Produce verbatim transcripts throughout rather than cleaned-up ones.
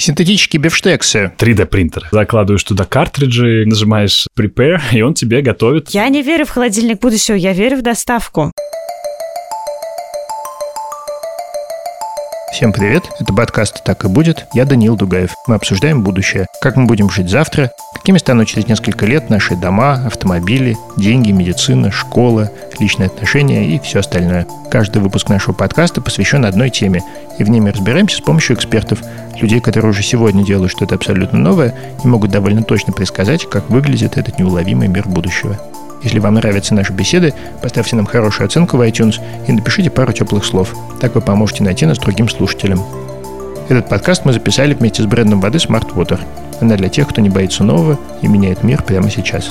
Синтетические бифштексы. три дэ принтер. Закладываешь туда картриджи, нажимаешь prepare, и он тебе готовит. Я не верю в холодильник будущего, я верю в доставку. Всем привет, это подкаст «Так и будет». Я Даниил Дугаев. Мы обсуждаем будущее. Как мы будем жить завтра, какими станут через несколько лет наши дома, автомобили, деньги, медицина, школа, личные отношения и все остальное. Каждый выпуск нашего подкаста посвящен одной теме, и в ней мы разбираемся с помощью экспертов, людей, которые уже сегодня делают что-то абсолютно новое и могут довольно точно предсказать, как выглядит этот неуловимый мир будущего. Если вам нравятся наши беседы, поставьте нам хорошую оценку в iTunes и напишите пару теплых слов. Так вы поможете найти нас другим слушателям. Этот подкаст мы записали вместе с брендом воды Smart Water. Она для тех, кто не боится нового и меняет мир прямо сейчас.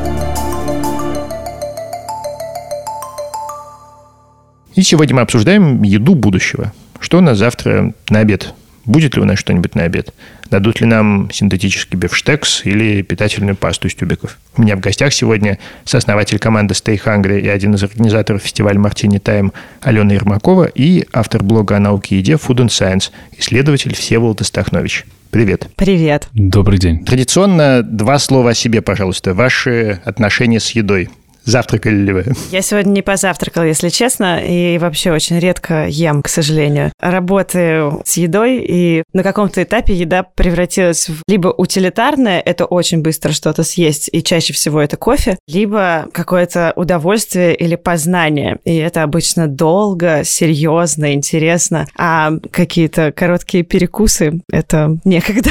И сегодня мы обсуждаем еду будущего. Что у нас завтра на обед? Будет ли у нас что-нибудь на обед? Дадут ли нам синтетический бифштекс или питательную пасту из тюбиков? У меня в гостях сегодня сооснователь команды Stay Hungry и один из организаторов фестиваля Martini Time Алена Ермакова и автор блога о науке и еде Food and Science, исследователь Всеволод Истахнович. Привет. Привет. Добрый день. Традиционно два слова о себе, пожалуйста. Ваши отношения с едой. Завтракали ли вы? Я сегодня не позавтракала, если честно, и вообще очень редко ем, к сожалению. Работаю с едой, и на каком-то этапе еда превратилась в либо утилитарное, это очень быстро что-то съесть, и чаще всего это кофе, либо какое-то удовольствие или познание, и это обычно долго, серьезно, интересно, а какие-то короткие перекусы — это некогда.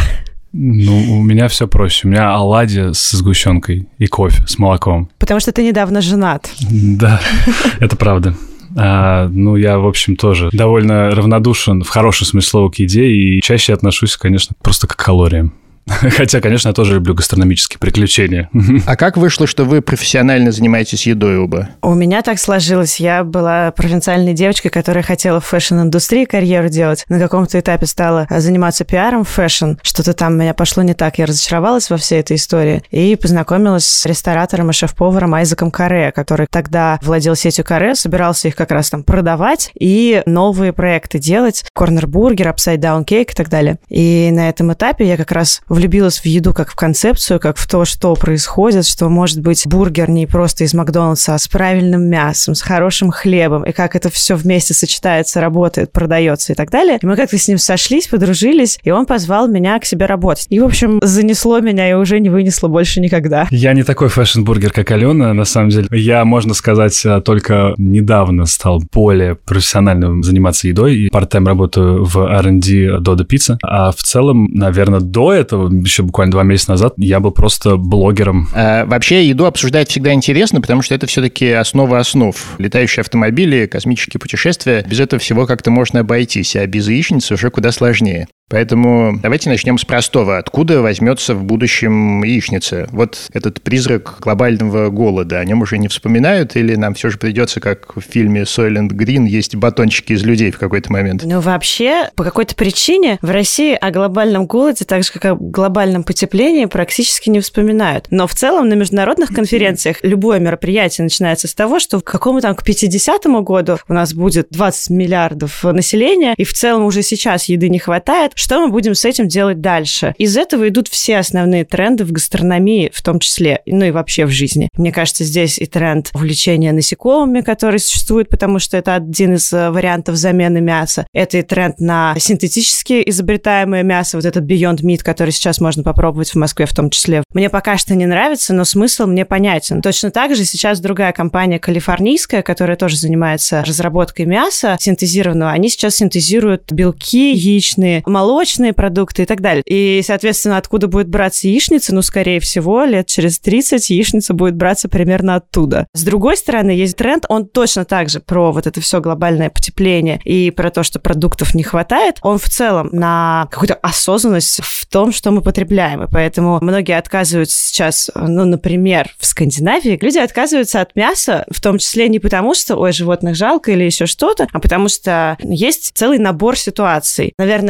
Ну, у меня все проще. У меня оладьи с сгущенкой и кофе с молоком. Потому что ты недавно женат. Да, это правда. А, ну, я, в общем, тоже довольно равнодушен в хорошем смысле слова к еде и чаще отношусь, конечно, просто к калориям. Хотя, конечно, я тоже люблю гастрономические приключения. А как вышло, что вы профессионально занимаетесь едой оба? У меня так сложилось. Я была провинциальной девочкой, которая хотела в фэшн-индустрии карьеру делать. На каком-то этапе стала заниматься пиаром в фэшн. Что-то там у меня пошло не так. Я разочаровалась во всей этой истории. И познакомилась с ресторатором и шеф-поваром Айзеком Каре, который тогда владел сетью Каре, собирался их как раз там продавать и новые проекты делать. Корнер-бургер, апсайд-даун кейк и так далее. И на этом этапе я как раз влюбилась в еду как в концепцию, как в то, что происходит, что может быть бургер не просто из Макдональдса, а с правильным мясом, с хорошим хлебом, и как это все вместе сочетается, работает, продается и так далее. И мы как-то с ним сошлись, подружились, и он позвал меня к себе работать. И, в общем, занесло меня и уже не вынесло больше никогда. Я не такой фэшн-бургер, как Алена, на самом деле. Я, можно сказать, только недавно стал более профессионально заниматься едой, и part-time работаю в ар энд ди Dodo Pizza. А в целом, наверное, до этого еще буквально два месяца назад я был просто блогером. А, вообще, еду обсуждать всегда интересно, потому что это все-таки основа основ. Летающие автомобили, космические путешествия, без этого всего как-то можно обойтись, а без яичницы уже куда сложнее. Поэтому давайте начнем с простого. Откуда возьмется в будущем яичница? Вот этот призрак глобального голода, о нем уже не вспоминают? Или нам все же придется, как в фильме Soylent Green, есть батончики из людей в какой-то момент? Ну, вообще, по какой-то причине в России о глобальном голоде, так же, как о глобальном потеплении, практически не вспоминают. Но в целом на международных конференциях любое мероприятие начинается с того, что к какому там к пятидесятому году у нас будет двадцать миллиардов населения, и в целом уже сейчас еды не хватает. Что мы будем с этим делать дальше? Из этого идут все основные тренды в гастрономии, в том числе, ну и вообще в жизни. Мне кажется, здесь и тренд увлечения насекомыми, который существует, потому что это один из вариантов замены мяса. Это и тренд на синтетически изобретаемое мясо, вот этот Beyond Meat, который сейчас можно попробовать в Москве в том числе. Мне пока что не нравится, но смысл мне понятен. Точно так же сейчас другая компания калифорнийская, которая тоже занимается разработкой мяса синтезированного, они сейчас синтезируют белки яичные, молочные продукты и так далее. И, соответственно, откуда будет браться яичница? Ну, скорее всего, лет через тридцать яичница будет браться примерно оттуда. С другой стороны, есть тренд, он точно так же про вот это все глобальное потепление и про то, что продуктов не хватает. Он в целом на какую-то осознанность в том, что мы потребляем. И поэтому многие отказываются сейчас, ну, например, в Скандинавии, люди отказываются от мяса, в том числе не потому, что, ой, животных жалко или еще что-то, а потому что есть целый набор ситуаций. Наверное, самый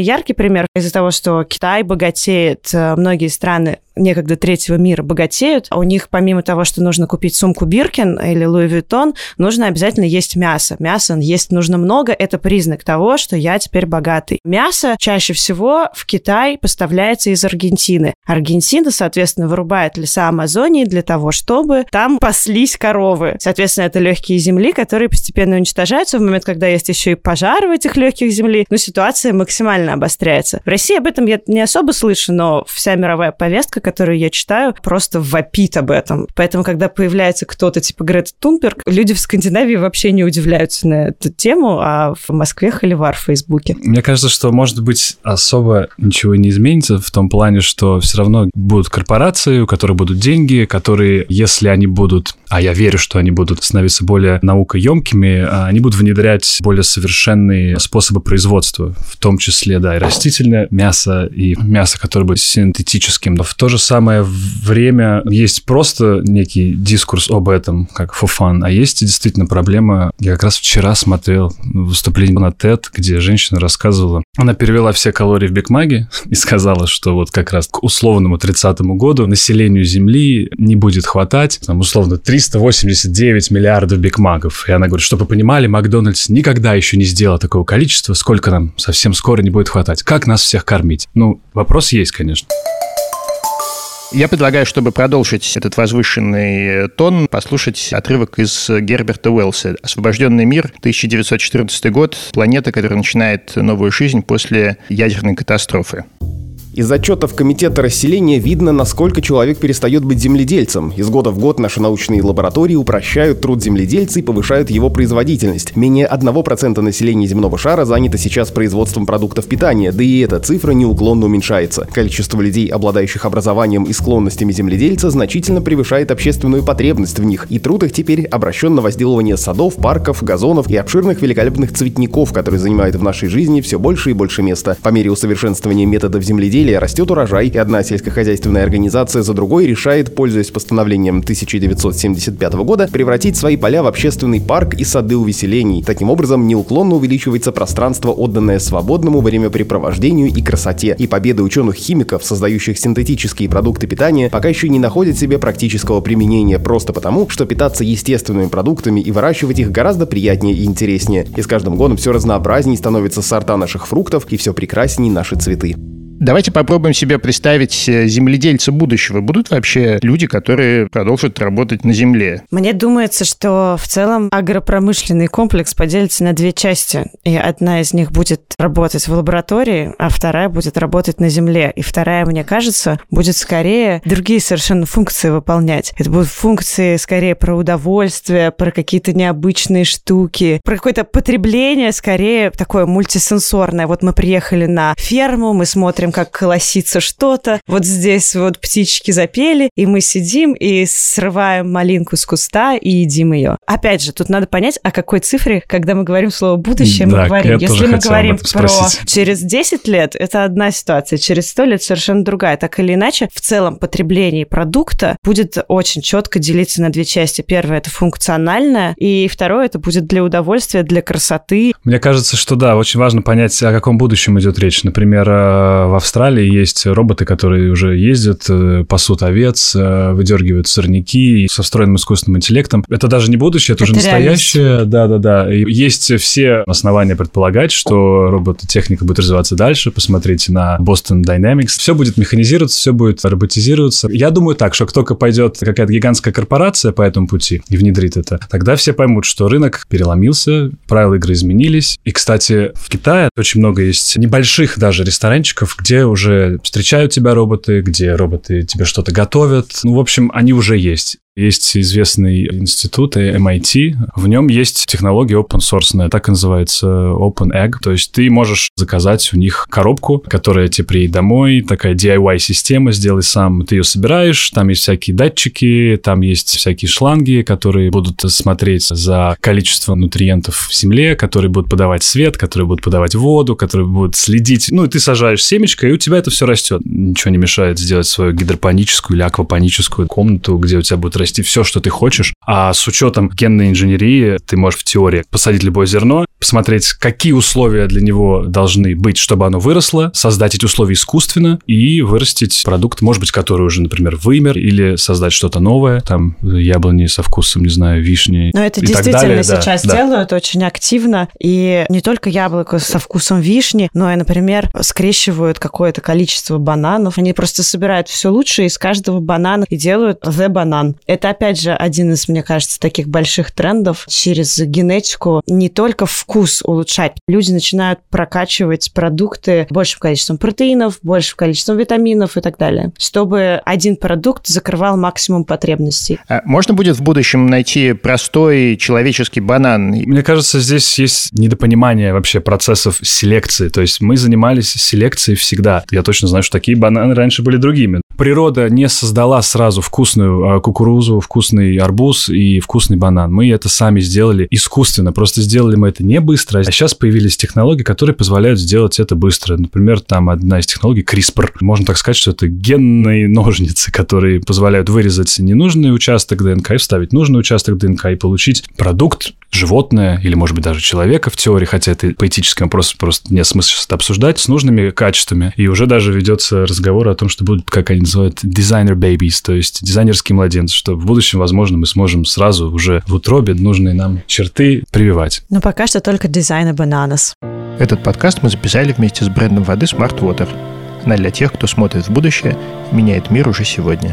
яркий пример из-за того, что Китай богатеет, многие страны некогда третьего мира богатеют, а у них помимо того, что нужно купить сумку Биркин или Луи Виттон, нужно обязательно есть мясо. Мясо есть нужно много, это признак того, что я теперь богатый. Мясо чаще всего в Китай поставляется из Аргентины. Аргентина, соответственно, вырубает леса Амазонии для того, чтобы там паслись коровы. Соответственно, это легкие земли, которые постепенно уничтожаются в момент, когда есть еще и пожар в этих легких земли, но ситуация максимально обостряется. В России об этом я не особо слышу, но вся мировая повестка, которую я читаю, просто вопит об этом. Поэтому, когда появляется кто-то типа Грета Тунберг, люди в Скандинавии вообще не удивляются на эту тему, а в Москве холивар в Фейсбуке. Мне кажется, что, может быть, особо ничего не изменится в том плане, что все равно будут корпорации, у которых будут деньги, которые, если они будут, а я верю, что они будут становиться более наукоемкими, они будут внедрять более совершенные способы производства, в том числе, да, и растительное мясо, и мясо, которое будет синтетическим. Но в то же самое время есть просто некий дискурс об этом, как for fun, а есть действительно проблема. Я как раз вчера смотрел выступление на TED, где женщина рассказывала, она перевела все калории в Биг Маке и сказала, что вот как раз к условному тридцатому году населению Земли не будет хватать, там, условно, триста восемьдесят девять миллиардов Биг Маков. И она говорит, чтобы вы понимали, Макдональдс никогда еще не сделал такого количества, сколько нам совсем скоро не будет хватать. Как нас всех кормить? Ну, вопрос есть, конечно. Я предлагаю, чтобы продолжить этот возвышенный тон, послушать отрывок из Герберта Уэллса «Освобожденный мир», тысяча девятьсот четырнадцатый год, планета, которая начинает новую жизнь после ядерной катастрофы. Из отчетов Комитета расселения видно, насколько человек перестает быть земледельцем. Из года в год наши научные лаборатории упрощают труд земледельца и повышают его производительность. Менее одного процента населения земного шара занято сейчас производством продуктов питания, да и эта цифра неуклонно уменьшается. Количество людей, обладающих образованием и склонностями земледельца, значительно превышает общественную потребность в них, и труд их теперь обращен на возделывание садов, парков, газонов и обширных великолепных цветников, которые занимают в нашей жизни все больше и больше места. По мере усовершенствования методов земледелия растет урожай, и одна сельскохозяйственная организация за другой решает, пользуясь постановлением тысяча девятьсот семьдесят пятого года, превратить свои поля в общественный парк и сады увеселений. Таким образом, неуклонно увеличивается пространство, отданное свободному времяпрепровождению и красоте. И победы ученых-химиков, создающих синтетические продукты питания, пока еще не находят себе практического применения, просто потому, что питаться естественными продуктами и выращивать их гораздо приятнее и интереснее. И с каждым годом все разнообразней становятся сорта наших фруктов, и все прекрасней наши цветы. Давайте попробуем себе представить земледельца будущего. Будут вообще люди, которые продолжат работать на земле? Мне думается, что в целом агропромышленный комплекс поделится на две части. И одна из них будет работать в лаборатории, а вторая будет работать на земле. И вторая, мне кажется, будет скорее другие совершенно функции выполнять. Это будут функции скорее про удовольствие, про какие-то необычные штуки, про какое-то потребление скорее такое мультисенсорное. Вот мы приехали на ферму, мы смотрим, как колосится что-то. Вот здесь вот птички запели, и мы сидим и срываем малинку с куста и едим ее. Опять же, тут надо понять, о какой цифре, когда мы говорим слово «будущее», да, мы говорим. Если мы говорим про спросить. через десять лет, это одна ситуация, через сто лет совершенно другая. Так или иначе, в целом потребление продукта будет очень четко делиться на две части. Первое – это функциональное, и второе – это будет для удовольствия, для красоты. Мне кажется, что да, очень важно понять, о каком будущем идет речь. Например, в Австралии есть роботы, которые уже ездят, пасут овец, выдергивают сорняки со встроенным искусственным интеллектом. Это даже не будущее, это, это уже настоящее. Да-да-да. Есть все основания предполагать, что робототехника будет развиваться дальше. Посмотрите на Boston Dynamics. Все будет механизироваться, все будет роботизироваться. Я думаю так, что как только пойдет какая-то гигантская корпорация по этому пути и внедрит это, тогда все поймут, что рынок переломился, правила игры изменились. И, кстати, в Китае очень много есть небольших даже ресторанчиков, где уже встречают тебя роботы, где роботы тебе что-то готовят. Ну, в общем, они уже есть. Есть известный институт эм ай ти, в нем есть технология open source, так и называется Open Egg, то есть ты можешь заказать у них коробку, которая тебе приедет домой, такая ди ай вай-система, сделай сам, ты ее собираешь, там есть всякие датчики, там есть всякие шланги, которые будут смотреть за количеством нутриентов в земле, которые будут подавать свет, которые будут подавать воду, которые будут следить, ну и ты сажаешь семечко, и у тебя это все растет. Ничего не мешает сделать свою гидропоническую или аквапоническую комнату, где у тебя будет расти вырасти все, что ты хочешь. А с учетом генной инженерии ты можешь в теории посадить любое зерно, посмотреть, какие условия для него должны быть, чтобы оно выросло, создать эти условия искусственно и вырастить продукт, может быть, который уже, например, вымер, или создать что-то новое, там, яблони со вкусом, не знаю, вишни. Но это и действительно так далее. сейчас да, делают да. очень активно. И не только яблоко со вкусом вишни, но и, например, скрещивают какое-то количество бананов. Они просто собирают все лучшее из каждого банана и делают the банан. Это, опять же, один из, мне кажется, таких больших трендов. Через генетику не только вкус улучшать. Люди начинают прокачивать продукты большим количеством протеинов, большим количеством витаминов и так далее, чтобы один продукт закрывал максимум потребностей. А можно будет в будущем найти простой человеческий банан? Мне кажется, здесь есть недопонимание вообще процессов селекции. То есть мы занимались селекцией всегда. Я точно знаю, что такие бананы раньше были другими. Природа не создала сразу вкусную кукурузу, вкусный арбуз и вкусный банан. Мы это сами сделали искусственно. Просто сделали мы это не быстро. А сейчас появились технологии, которые позволяют сделать это быстро. Например, там одна из технологий CRISPR. Можно так сказать, что это генные ножницы, которые позволяют вырезать ненужный участок ДНК и вставить нужный участок ДНК и получить продукт, животное или, может быть, даже человека в теории, хотя это поэтический вопрос, просто нет смысла сейчас это обсуждать, с нужными качествами. И уже даже ведется разговор о том, что будут, как они называют, designer babies, то есть дизайнерские младенцы, что в будущем, возможно, мы сможем сразу уже в утробе нужные нам черты прививать. Но пока что только дизайна бананас. Этот подкаст мы записали вместе с брендом воды Smart Water. Она для тех, кто смотрит в будущее и меняет мир уже сегодня.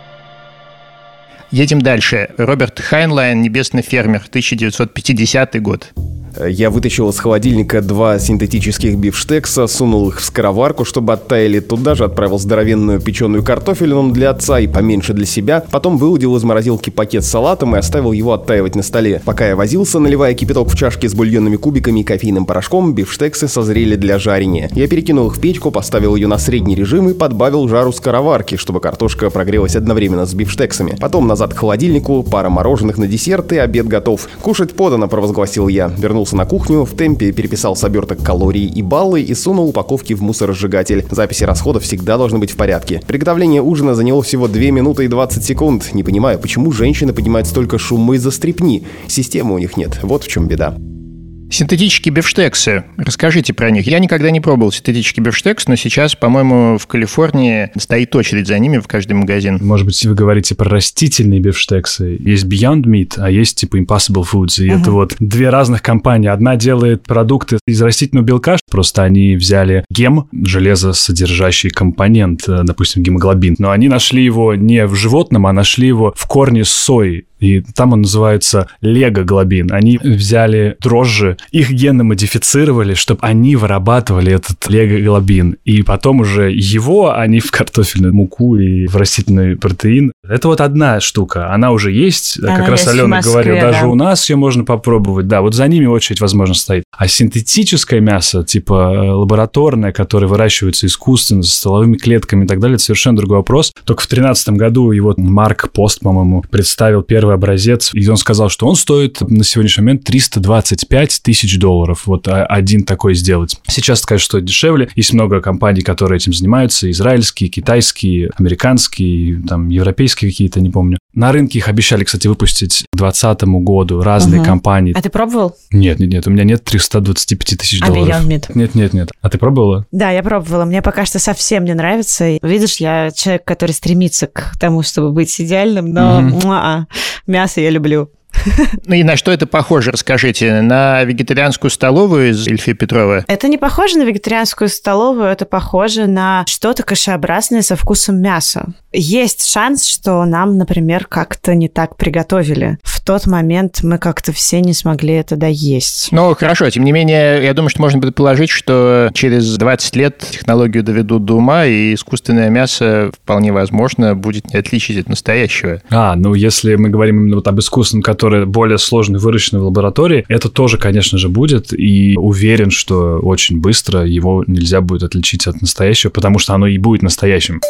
Едем дальше. Роберт Хайнлайн, «Небесный фермер», тысяча девятьсот пятидесятый год. Я вытащил из холодильника два синтетических бифштекса, сунул их в скороварку, чтобы оттаяли. Туда же отправил здоровенную печеную картофелину для отца и поменьше для себя. Потом выудил из морозилки пакет с салатом и оставил его оттаивать на столе. Пока я возился, наливая кипяток в чашки с бульонными кубиками и кофейным порошком, бифштексы созрели для жарения. Я перекинул их в печку, поставил ее на средний режим и подбавил жару скороварки, чтобы картошка прогрелась одновременно с бифштексами. Потом назад к холодильнику, пара мороженых на десерт и обед готов. «Кушать подано», — провозгласил я. Вернулся на кухню, в темпе переписал с оберток калории и баллы и сунул упаковки в мусоросжигатель. Записи расходов всегда должны быть в порядке. Приготовление ужина заняло всего две минуты и двадцать секунд. Не понимаю, почему женщины поднимают столько шума из-за стрепни. Системы у них нет. Вот в чем беда. Синтетические бифштексы. Расскажите про них. Я никогда не пробовал синтетический бифштекс, но сейчас, по-моему, в Калифорнии стоит очередь за ними в каждый магазин. Может быть, вы говорите про растительные бифштексы. Есть Beyond Meat, а есть типа Impossible Foods. И uh-huh. это вот две разных компании. Одна делает продукты из растительного белка, просто они взяли гем, железосодержащий компонент, допустим, гемоглобин, но они нашли его не в животном, а нашли его в корне сои. И там он называется легоглобин. Они взяли дрожжи, их генно модифицировали, чтобы они вырабатывали этот легоглобин. И потом уже его они в картофельную муку и в растительный протеин. Это вот одна штука. Она уже есть. Она как раз Алена говорила, даже да. у нас ее можно попробовать. Да, вот за ними очередь, возможно, стоит. А синтетическое мясо, типа лабораторное, которое выращивается искусственно, с стволовыми клетками и так далее, это совершенно другой вопрос. Только в тринадцатом году его Марк Пост, по-моему, представил первый образец, и он сказал, что он стоит на сегодняшний момент триста двадцать пять тысяч долларов. Вот один такой сделать. Сейчас, конечно, стоит дешевле. Есть много компаний, которые этим занимаются. Израильские, китайские, американские, там, европейские какие-то, не помню. На рынке их обещали, кстати, выпустить к двадцатому году разные угу. компании. А ты пробовал? Нет, нет, нет. У меня нет триста двадцать пять тысяч долларов. А Beyond Meat? Нет, нет, нет. А ты пробовала? Да, я пробовала. Мне пока что совсем не нравится. Видишь, я человек, который стремится к тому, чтобы быть идеальным, но угу. мясо я люблю. Ну и на что это похоже, расскажите? На вегетарианскую столовую из Ильфа Петрова? Это не похоже на вегетарианскую столовую, это похоже на что-то кашеобразное со вкусом мяса. Есть шанс, что нам, например, как-то не так приготовили. В тот момент мы как-то все не смогли это доесть. Ну, хорошо. Тем не менее, я думаю, что можно предположить, что через двадцать лет технологию доведут до ума, и искусственное мясо вполне возможно будет не отличить от настоящего. А, ну если мы говорим именно вот об искусственном, которое более сложно выращено в лаборатории, это тоже, конечно же, будет, и уверен, что очень быстро его нельзя будет отличить от настоящего, потому что оно и будет настоящим.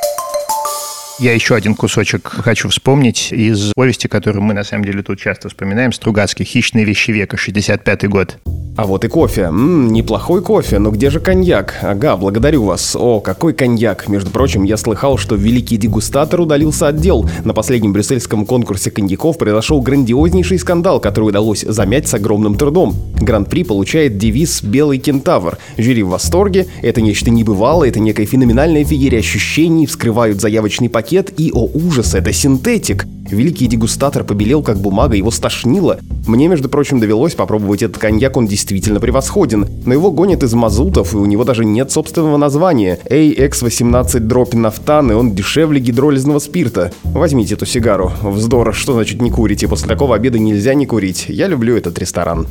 Я еще один кусочек хочу вспомнить из повести, которую мы, на самом деле, тут часто вспоминаем, Стругацкий «Хищные вещи века», шестьдесят пятый год. А вот и кофе. Ммм, неплохой кофе, но где же коньяк? Ага, благодарю вас. О, какой коньяк. Между прочим, я слыхал, что великий дегустатор удалился от дел. На последнем брюссельском конкурсе коньяков произошел грандиознейший скандал, который удалось замять с огромным трудом. Гран-при получает девиз «Белый кентавр». Жюри в восторге, это нечто небывалое, это некая феноменальная феерия ощущений, вскрывают заявочный пакет и, о ужас, это синтетик. Великий дегустатор побелел, как бумага, его стошнило. Мне, между прочим, довелось попробовать этот коньяк, он действительно превосходен. Но его гонят из мазутов, и у него даже нет собственного названия. эй икс восемнадцать дробь нафтан, и он дешевле гидролизного спирта. Возьмите эту сигару. Вздор, что значит не курите? После такого обеда нельзя не курить. Я люблю этот ресторан.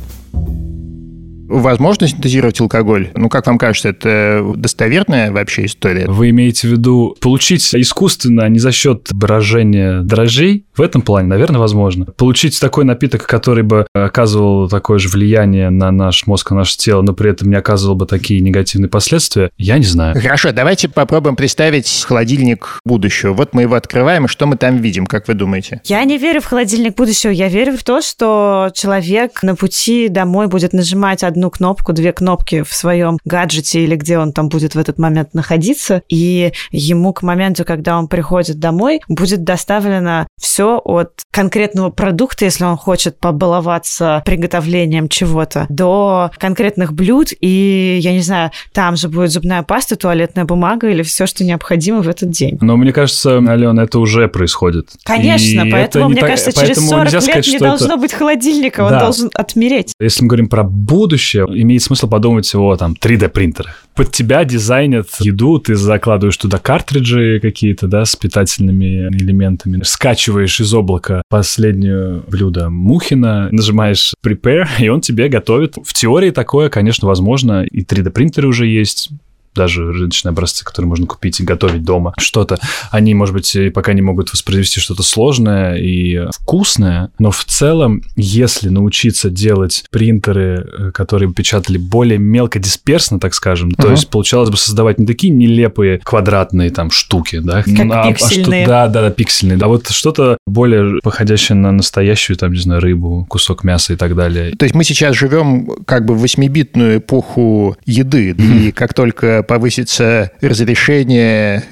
Возможно синтезировать алкоголь? Ну, как вам кажется, это достоверная вообще история? Вы имеете в виду получить искусственно, а не за счет брожения дрожжей? В этом плане, наверное, возможно. Получить такой напиток, который бы оказывал такое же влияние на наш мозг, на наше тело, но при этом не оказывал бы такие негативные последствия, я не знаю. Хорошо, давайте попробуем представить холодильник будущего. Вот мы его открываем, и что мы там видим, как вы думаете? Я не верю в холодильник будущего. Я верю в то, что человек на пути домой будет нажимать одну кнопку, две кнопки в своем гаджете или где он там будет в этот момент находиться, и ему к моменту, когда он приходит домой, будет доставлено все от конкретного продукта, если он хочет побаловаться приготовлением чего-то, до конкретных блюд, и, я не знаю, там же будет зубная паста, туалетная бумага или все, что необходимо в этот день. Но мне кажется, Алена, это уже происходит. Конечно, и поэтому, мне так, кажется, через сорок лет сказать, не должно это... быть холодильника, он да. должен отмереть. Если мы говорим про будущее, имеет смысл подумать о там три дэ-принтерах. Под тебя дизайнят еду, ты закладываешь туда картриджи какие-то, да, с питательными элементами, скачиваешь из облака последнее блюдо Мухина, нажимаешь Prepare, и он тебе готовит. В теории такое, конечно, возможно, и три дэ-принтеры уже есть, даже рыночные образцы, которые можно купить и готовить дома что-то. Они, может быть, пока не могут воспроизвести что-то сложное и вкусное, но в целом, если научиться делать принтеры, которые печатали более мелкодисперсно, так скажем, uh-huh. то есть получалось бы создавать не такие нелепые квадратные там штуки, да? Как а, пиксельные. А что, да, да, да, пиксельные. А вот что-то более походящее на настоящую, там, не знаю, рыбу, кусок мяса и так далее. То есть мы сейчас живем как бы в восьмибитную эпоху еды, mm-hmm. и как только повысится разрешение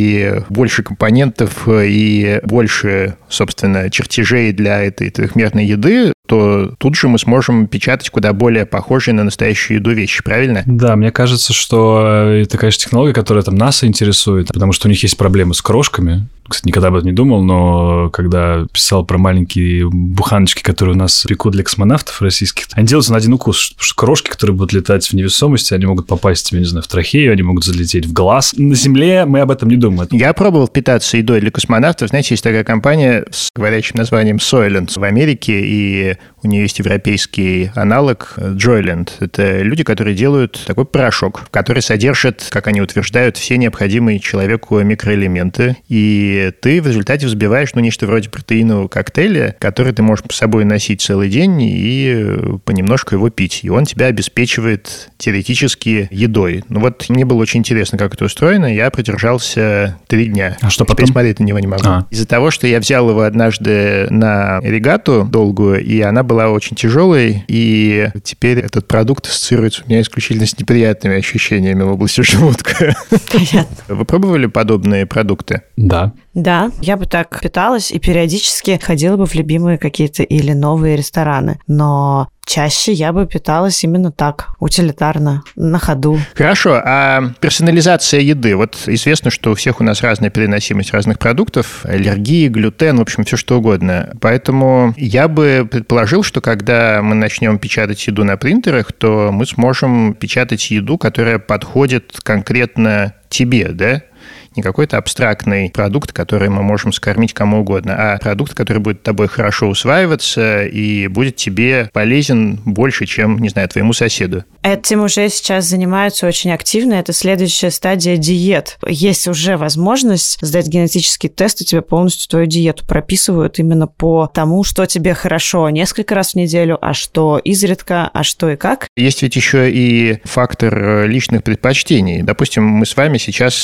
и больше компонентов, и больше, собственно, чертежей для этой трехмерной еды, то тут же мы сможем печатать куда более похожие на настоящую еду вещи, правильно? Да, мне кажется, что это, конечно, технология, которая там НАСА интересует, потому что у них есть проблемы с крошками. Кстати, никогда об этом не думал, но когда писал про маленькие буханочки, которые у нас пекут для космонавтов российских, они делаются на один укус, потому что крошки, которые будут летать в невесомости, они могут попасть тебе, не знаю, в трахею, они могут залететь в глаз. На Земле мы об этом не думаем. Я пробовал питаться едой для космонавтов. Знаете, есть такая компания с говорящим названием Soylent в Америке, и у нее есть европейский аналог Joyland. Это люди, которые делают такой порошок, который содержит, как они утверждают, все необходимые человеку микроэлементы, и ты в результате взбиваешь, ну, нечто вроде протеинового коктейля, который ты можешь с собой носить целый день и понемножку его пить. И он тебя обеспечивает теоретически едой. Ну вот мне было очень интересно, как это устроено. Я продержался три дня. А что потом? Теперь смотреть на него не могу. А. Из-за того, что я взял его однажды на регату долгую, и она была очень тяжелой, и теперь этот продукт ассоциируется у меня исключительно с неприятными ощущениями в области желудка. Понятно. Вы пробовали подобные продукты? Да. Да, я бы так питалась и периодически ходила бы в любимые какие-то или новые рестораны. Но чаще я бы питалась именно так, утилитарно, на ходу. Хорошо, а персонализация еды? Вот известно, что у всех у нас разная переносимость разных продуктов, аллергии, глютен, в общем, все что угодно. Поэтому я бы предположил, что когда мы начнем печатать еду на принтерах, то мы сможем печатать еду, которая подходит конкретно тебе, да? Не какой-то абстрактный продукт, который мы можем скормить кому угодно, а продукт, который будет тобой хорошо усваиваться и будет тебе полезен больше, чем, не знаю, твоему соседу. Этим уже сейчас занимаются очень активно. Это следующая стадия диет. Есть уже возможность сдать генетический тест, и тебе полностью твою диету прописывают именно по тому, что тебе хорошо несколько раз в неделю, а что изредка, а что и как. Есть ведь еще и фактор личных предпочтений. Допустим, мы с вами сейчас сидим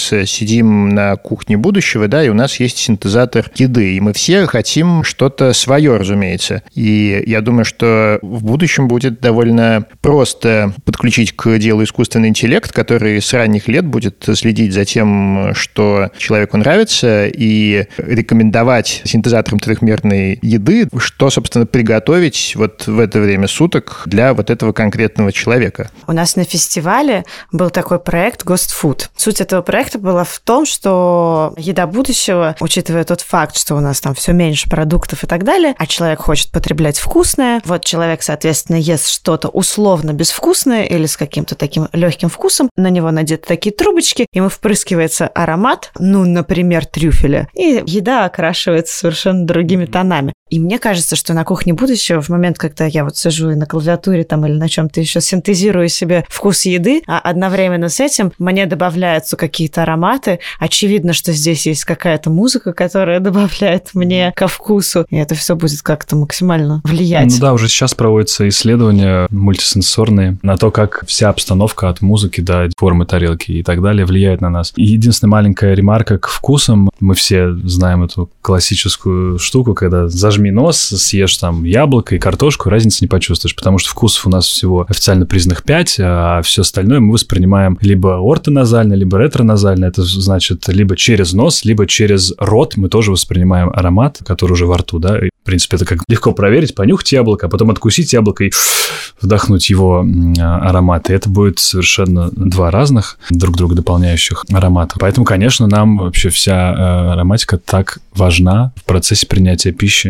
сидим на кухне будущего, да, и у нас есть синтезатор еды, и мы все хотим что-то свое, разумеется. И я думаю, что в будущем будет довольно просто подключить к делу искусственный интеллект, который с ранних лет будет следить за тем, что человеку нравится, и рекомендовать синтезаторам трехмерной еды, что, собственно, приготовить вот в это время суток для вот этого конкретного человека. У нас на фестивале был такой проект Ghost Food. Суть этого проекта была в том, что еда будущего, учитывая тот факт, что у нас там все меньше продуктов и так далее, а человек хочет потреблять вкусное, вот человек, соответственно, ест что-то условно безвкусное или с каким-то таким легким вкусом, на него надеты такие трубочки, ему впрыскивается аромат, ну, например, трюфеля, и еда окрашивается совершенно другими тонами. И мне кажется, что на кухне будущего, в момент, когда я вот сижу и на клавиатуре там или на чем-то еще синтезирую себе вкус еды, а одновременно с этим мне добавляются какие-то ароматы, очевидно, что здесь есть какая-то музыка, которая добавляет мне ко вкусу, и это все будет как-то максимально влиять. Ну да, уже сейчас проводятся исследования мультисенсорные на то, как вся обстановка от музыки до формы тарелки и так далее влияет на нас. И единственная маленькая ремарка к вкусам. Мы все знаем эту классическую штуку, когда зажми нос, съешь там яблоко и картошку, разницы не почувствуешь, потому что вкусов у нас всего официально признанных пять, а все остальное мы воспринимаем либо ортоназально, либо ретроназально. Это значит, либо через нос, либо через рот мы тоже воспринимаем аромат, который уже во рту, да. И, в принципе, это как легко проверить, понюхать яблоко, а потом откусить яблоко и вдохнуть его аромат. И это будет совершенно два разных, друг друга дополняющих аромата. Поэтому, конечно, нам вообще вся ароматика так важна в процессе принятия пищи.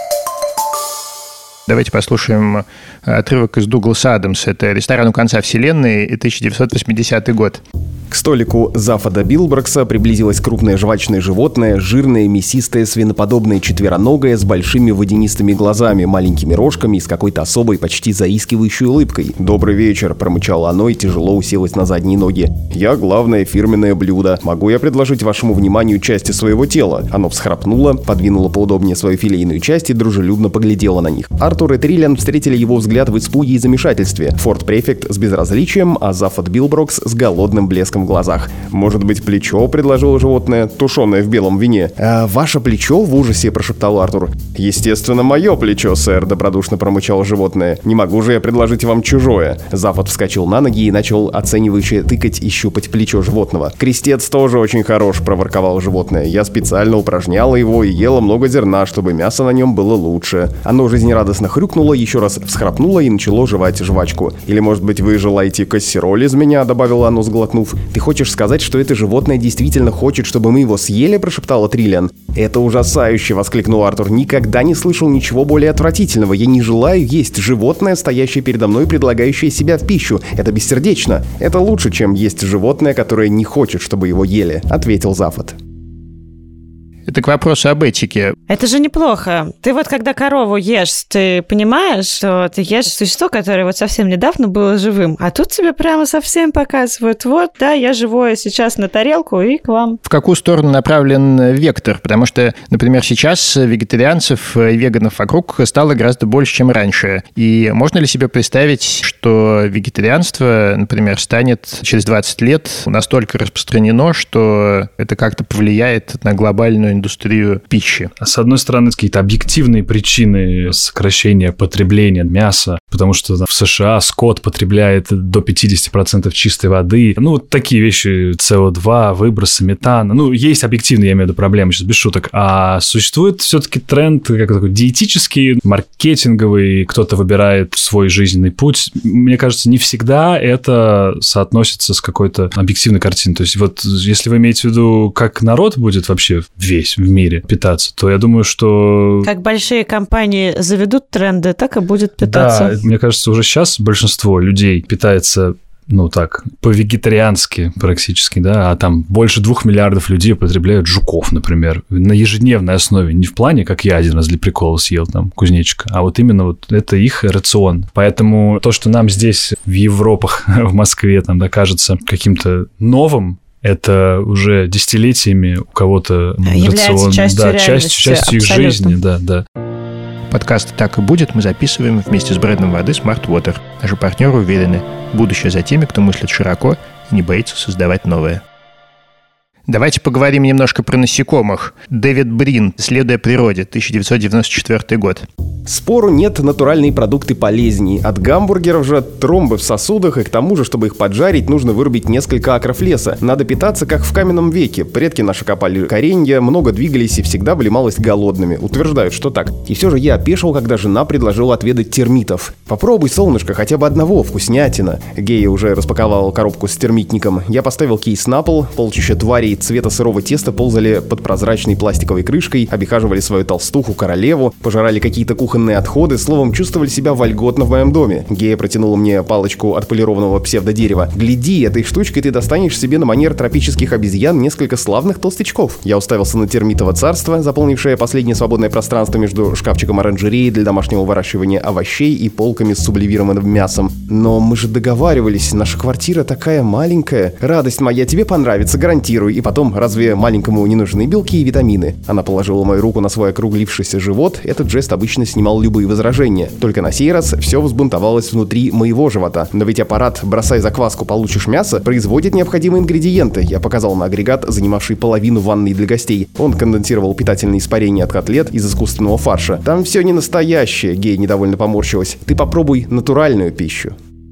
Давайте послушаем отрывок из Дугласа Адамса. Это «Ресторан у конца вселенной», тысяча девятьсот восьмидесятый год. К столику Зафода Билброкса приблизилось крупное жвачное животное, жирное, мясистое, свиноподобное четвероногое, с большими водянистыми глазами, маленькими рожками и с какой-то особой, почти заискивающей улыбкой. «Добрый вечер», — промычало оно и тяжело уселось на задние ноги. «Я главное фирменное блюдо. Могу я предложить вашему вниманию части своего тела?» Оно всхрапнуло, подвинуло поудобнее свою филейную часть и дружелюбно поглядело на них. Артур и Триллиан встретили его взгляд в испуге и замешательстве. Форт-префект с безразличием, а Зафод Билброкс с голодным блеском в глазах. «Может быть, плечо?» — предложило животное, тушеное в белом вине. «А ваше плечо?» — в ужасе прошептал Артур. «Естественно, мое плечо, сэр», — добродушно промычало животное. «Не могу же я предложить вам чужое». Зафод вскочил на ноги и начал оценивающе тыкать и щупать плечо животного. «Крестец тоже очень хорош», — проворковало животное. «Я специально упражняла его и ела много зерна, чтобы мясо на нем было лучше». Оно жизнерадостно хрюкнуло, еще раз всхрапнуло и начало жевать жвачку. «Или, может быть, вы желаете кассероль из меня?» — добавило оно, сглотнув. «Ты хочешь сказать, что это животное действительно хочет, чтобы мы его съели?» — прошептала Триллиан. «Это ужасающе!» — воскликнул Артур. «Никогда не слышал ничего более отвратительного. Я не желаю есть животное, стоящее передо мной, предлагающее себя в пищу. Это бессердечно. Это лучше, чем есть животное, которое не хочет, чтобы его ели», — ответил Зафод. Это к вопросу об этике. Это же неплохо. Ты вот когда корову ешь, ты понимаешь, что ты ешь существо, которое вот совсем недавно было живым, а тут тебе прямо совсем показывают: вот, да, я живое сейчас на тарелку и к вам. В какую сторону направлен вектор? Потому что, например, сейчас вегетарианцев и веганов вокруг стало гораздо больше, чем раньше. И можно ли себе представить, что вегетарианство, например, станет через двадцать лет настолько распространено, что это как-то повлияет на глобальную индустрию пищи? С одной стороны, какие-то объективные причины сокращения потребления мяса, потому что в США скот потребляет до пятьдесят процентов чистой воды. Ну, вот такие вещи, С О два, выбросы метана. Ну, есть объективные, я имею в виду, проблемы, сейчас без шуток. А существует все-таки тренд как такой диетический, маркетинговый, кто-то выбирает свой жизненный путь. Мне кажется, не всегда это соотносится с какой-то объективной картиной. То есть вот если вы имеете в виду, как народ будет вообще весь в мире питаться, то я думаю, что... Как большие компании заведут тренды, так и будет питаться. Да, мне кажется, уже сейчас большинство людей питается, ну так, по-вегетариански практически, да, а там больше двух миллиардов людей употребляют жуков, например, на ежедневной основе, не в плане, как я один раз для прикола съел там кузнечика, а вот именно вот это их рацион. Поэтому то, что нам здесь в Европах, в Москве, там, да, кажется каким-то новым, это уже десятилетиями у кого-то является рацион, частью да, реальности, частью, частью их жизни, да, да. Подкаст «Так и будет» мы записываем вместе с брендом воды Smart Water. Наши партнеры уверены, будущее за теми, кто мыслит широко и не боится создавать новое. Давайте поговорим немножко про насекомых. Дэвид Брин, «Исследуя природе», тысяча девятьсот девяносто четвёртый год. Спору нет, натуральные продукты полезней. От гамбургеров же тромбы в сосудах, и к тому же, чтобы их поджарить, нужно вырубить несколько акров леса. Надо питаться, как в каменном веке. Предки наши копали коренья, много двигались и всегда были малость голодными. Утверждают, что так. И все же я опешил, когда жена предложила отведать термитов. «Попробуй, солнышко, хотя бы одного, вкуснятина». Гея уже распаковал коробку с термитником. Я поставил кейс на пол, полчища тварей цвета сырого теста ползали под прозрачной пластиковой крышкой, обихаживали свою толстуху-королеву, пожирали какие-то кухонные отходы, словом, чувствовали себя вольготно в моем доме. Гея протянула мне палочку отполированного псевдодерева. «Гляди, этой штучкой ты достанешь себе на манер тропических обезьян несколько славных толстячков». Я уставился на термитово царство, заполнившее последнее свободное пространство между шкафчиком оранжереи для домашнего выращивания овощей и полками с сублимированным мясом. «Но мы же договаривались, наша квартира такая маленькая. Радость моя, тебе понравится, гарантирую. И потом, разве маленькому не нужны белки и витамины?» Она положила мою руку на свой округлившийся живот. Этот жест обычно снимал любые возражения. Только на сей раз все взбунтовалось внутри моего живота. Но ведь аппарат «бросай закваску, получишь мясо» производит необходимые ингредиенты. Я показал на агрегат, занимавший половину ванной для гостей. Он конденсировал питательные испарения от котлет из искусственного фарша. «Там все не настоящее», — Гея недовольно поморщилась. «Ты попробуй натуральную пищу».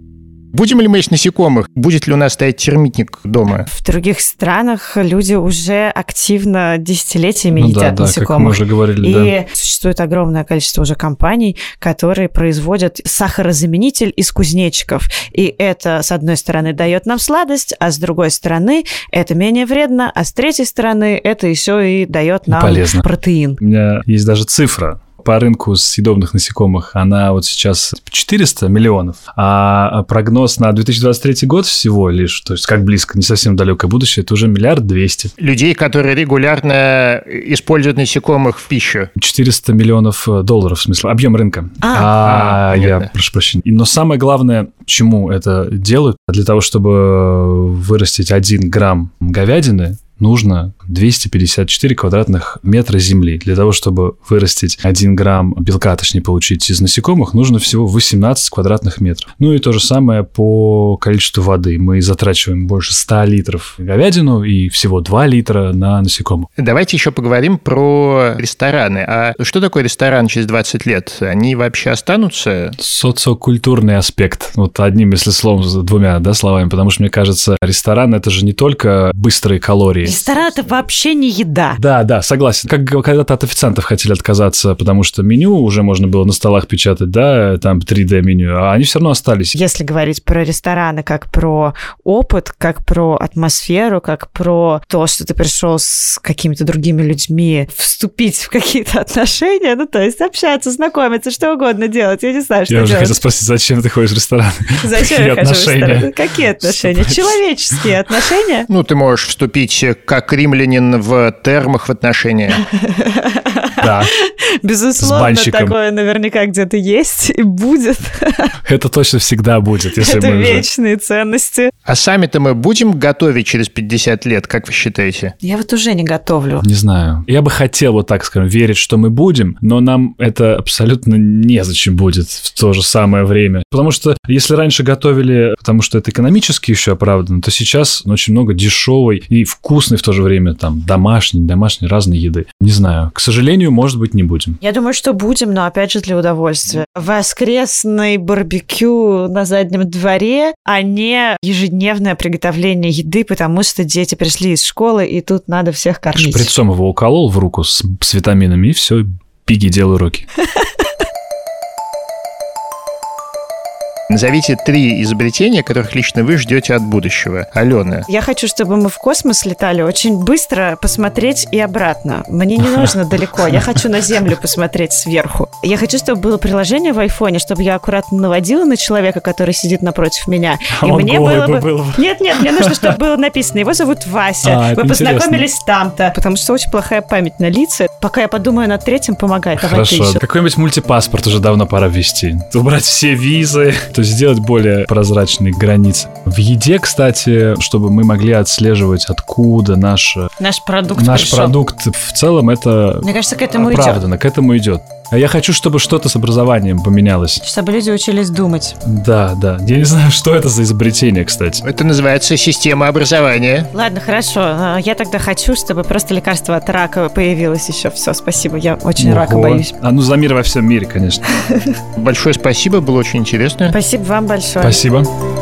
Будем ли мы есть насекомых? Будет ли у нас стоять термитник дома? В других странах люди уже активно десятилетиями ну, едят да, насекомых. Да, как мы уже говорили, и да. существует огромное количество уже компаний, которые производят сахарозаменитель из кузнечиков. И это, с одной стороны, дает нам сладость, а с другой стороны, это менее вредно, а с третьей стороны, это еще и дает нам полезно. Протеин. У меня есть даже цифра. По рынку съедобных насекомых она вот сейчас четыреста миллионов, а прогноз на две тысячи двадцать третий год всего лишь, то есть как близко, не совсем далекое будущее, это уже миллиард двести. Людей, которые регулярно используют насекомых в пищу. четыреста миллионов долларов, в смысле, объем рынка. А, а, а я прошу прощения. Но самое главное, чему это делают, для того, чтобы вырастить один грамм говядины, нужно двести пятьдесят четыре квадратных метра земли. Для того, чтобы вырастить один грамм белка, точнее, получить из насекомых, нужно всего восемнадцать квадратных метров. Ну и то же самое по количеству воды. Мы затрачиваем больше ста литров говядину и всего два литра на насекомых. Давайте еще поговорим про рестораны. А что такое ресторан через двадцать лет? Они вообще останутся? Социокультурный аспект. Вот одним, если словом, двумя да, словами. Потому что, мне кажется, ресторан – это же не только быстрые калории. Ресторан – это вообще не еда. Да, да, согласен. Как когда-то от официантов хотели отказаться, потому что меню уже можно было на столах печатать, да, там три дэ меню, а они все равно остались. Если говорить про рестораны как про опыт, как про атмосферу, как про то, что ты пришел с какими-то другими людьми, вступить в какие-то отношения, ну, то есть общаться, знакомиться, что угодно делать, я не знаю, что я делать. Я уже хотел спросить, зачем ты ходишь в ресторан? Зачем я хожу в ресторан? Какие отношения? Человеческие отношения? Ну, ты можешь вступить как римлянин в термах в отношения. Да. Безусловно, такое наверняка где-то есть и будет. Это точно всегда будет, если Это мы уже... вечные ценности. А сами-то мы будем готовить через пятьдесят лет, как вы считаете? Я вот уже не готовлю. Не знаю. Я бы хотел, вот так скажем, верить, что мы будем, но нам это абсолютно незачем будет в то же самое время. Потому что если раньше готовили, потому что это экономически еще оправдано, то сейчас очень много дешевой и вкусной в то же время, там, домашней, домашней, разной еды. Не знаю. К сожалению, может быть, не будем. Я думаю, что будем, но опять же для удовольствия. Воскресный барбекю на заднем дворе, а не ежедневное приготовление еды, потому что дети пришли из школы, и тут надо всех кормить. Шприцом его уколол в руку с, с витаминами, и все, беги, делай уроки. Назовите три изобретения, которых лично вы ждете от будущего. Алена. Я хочу, чтобы мы в космос летали очень быстро, посмотреть и обратно. Мне не нужно далеко. Я хочу на Землю посмотреть сверху. Я хочу, чтобы было приложение в айфоне, чтобы я аккуратно наводила на человека, который сидит напротив меня. А и он мне голый было бы... был. Нет, нет, мне нужно, чтобы было написано. Его зовут Вася. А, Вы познакомились интересно. там-то. Потому что очень плохая память на лица. Пока я подумаю над третьим, помогай. Давай ты Хорошо. еще. Какой-нибудь мультипаспорт уже давно пора ввести. Убрать все визы, то есть сделать более прозрачные границы. В еде, кстати, чтобы мы могли отслеживать, откуда наш, Наш продукт наш пришел. продукт в целом, это Мне кажется, к этому оправдано, идет. к этому идет. А я хочу, чтобы что-то с образованием поменялось. Чтобы люди учились думать. Да, да. Я не знаю, что это за изобретение, кстати. Это называется система образования. Ладно, хорошо. Я тогда хочу, чтобы просто лекарство от рака появилось еще. Все, спасибо. Я очень Ого. рака боюсь. А ну за мир во всем мире, конечно. Большое спасибо, было очень интересно. Спасибо вам большое. Спасибо.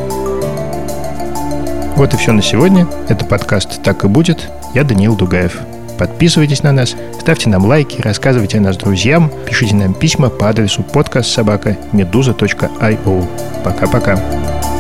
Вот и все на сегодня. Это подкаст «Так и будет». Я Даниил Дугаев. Подписывайтесь на нас, ставьте нам лайки, рассказывайте о нас друзьям, пишите нам письма по адресу подкаст собака медуза точка ай о. Пока-пока.